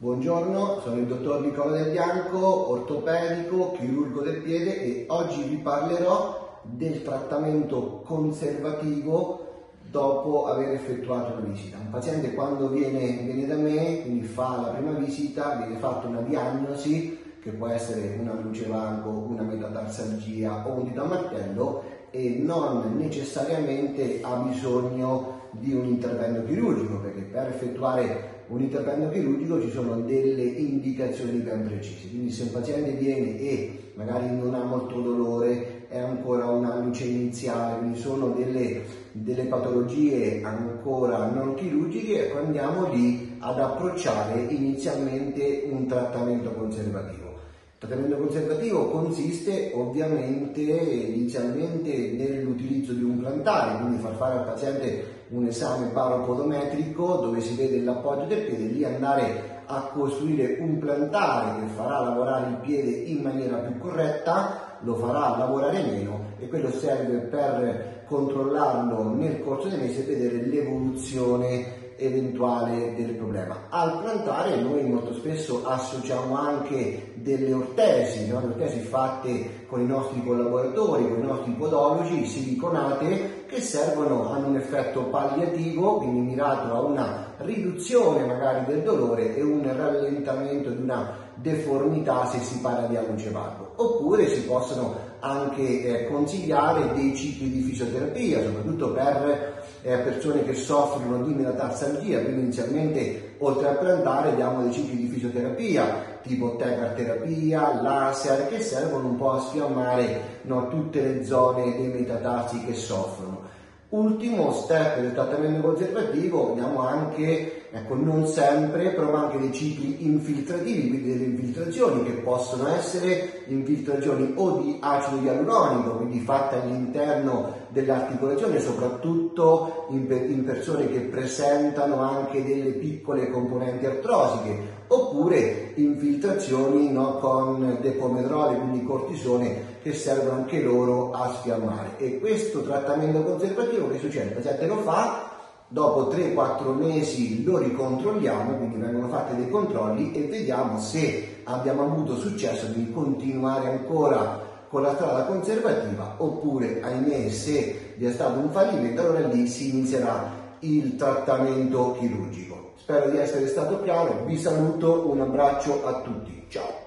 Buongiorno, sono il dottor Nicola Del Bianco, ortopedico, chirurgo del piede e oggi vi parlerò del trattamento conservativo dopo aver effettuato una visita. Un paziente quando viene da me, quindi fa la prima visita, viene fatta una diagnosi che può essere una luce valgo, una metatarsalgia o un dito a martello e non necessariamente ha bisogno di un intervento chirurgico, perché per effettuare un intervento chirurgico ci sono delle indicazioni ben precise. Quindi se un paziente viene e magari non ha molto dolore, è ancora una luce iniziale, quindi sono delle patologie ancora non chirurgiche, ecco, andiamo lì ad approcciare inizialmente un trattamento conservativo. Il trattamento conservativo consiste ovviamente inizialmente nell'utilizzo di un plantare, quindi far fare al paziente un esame baropodometrico dove si vede l'appoggio del piede, lì andare a costruire un plantare che farà lavorare il piede in maniera più corretta, lo farà lavorare meno e quello serve per controllarlo nel corso dei mesi e vedere l'evoluzione eventuale del problema. Al plantare noi molto spesso associamo anche delle ortesi, no? Le ortesi fatte con i nostri collaboratori, con i nostri podologi, siliconate, che hanno un effetto palliativo, quindi mirato a una riduzione magari del dolore e un rallentamento di una deformità se si parla di alluce valgo. Oppure si possono anche consigliare dei cicli di fisioterapia, soprattutto per persone che soffrono di metatarsalgia, quindi inizialmente oltre al plantare diamo dei cicli di fisioterapia tipo tecarterapia, laser, che servono un po' a sfiammare, no, tutte le zone dei metatarsi che soffrono. Ultimo step del trattamento conservativo, diamo anche, non sempre, però anche dei cicli infiltrativi, quindi delle infiltrazioni che possono essere infiltrazioni o di acido ialuronico, quindi fatte all'interno dell'articolazione, soprattutto in persone che presentano anche delle piccole componenti artrosiche, oppure infiltrazioni, no, con depomedrole, quindi cortisone, che servono anche loro a sfiammare. E questo trattamento conservativo che succede? Il paziente lo fa, dopo 3-4 mesi lo ricontrolliamo, quindi vengono fatti dei controlli e vediamo se abbiamo avuto successo di continuare ancora con la strada conservativa oppure, ahimè, se vi è stato un fallimento, allora lì si inizierà il trattamento chirurgico. Spero di essere stato chiaro, vi saluto, un abbraccio a tutti, ciao!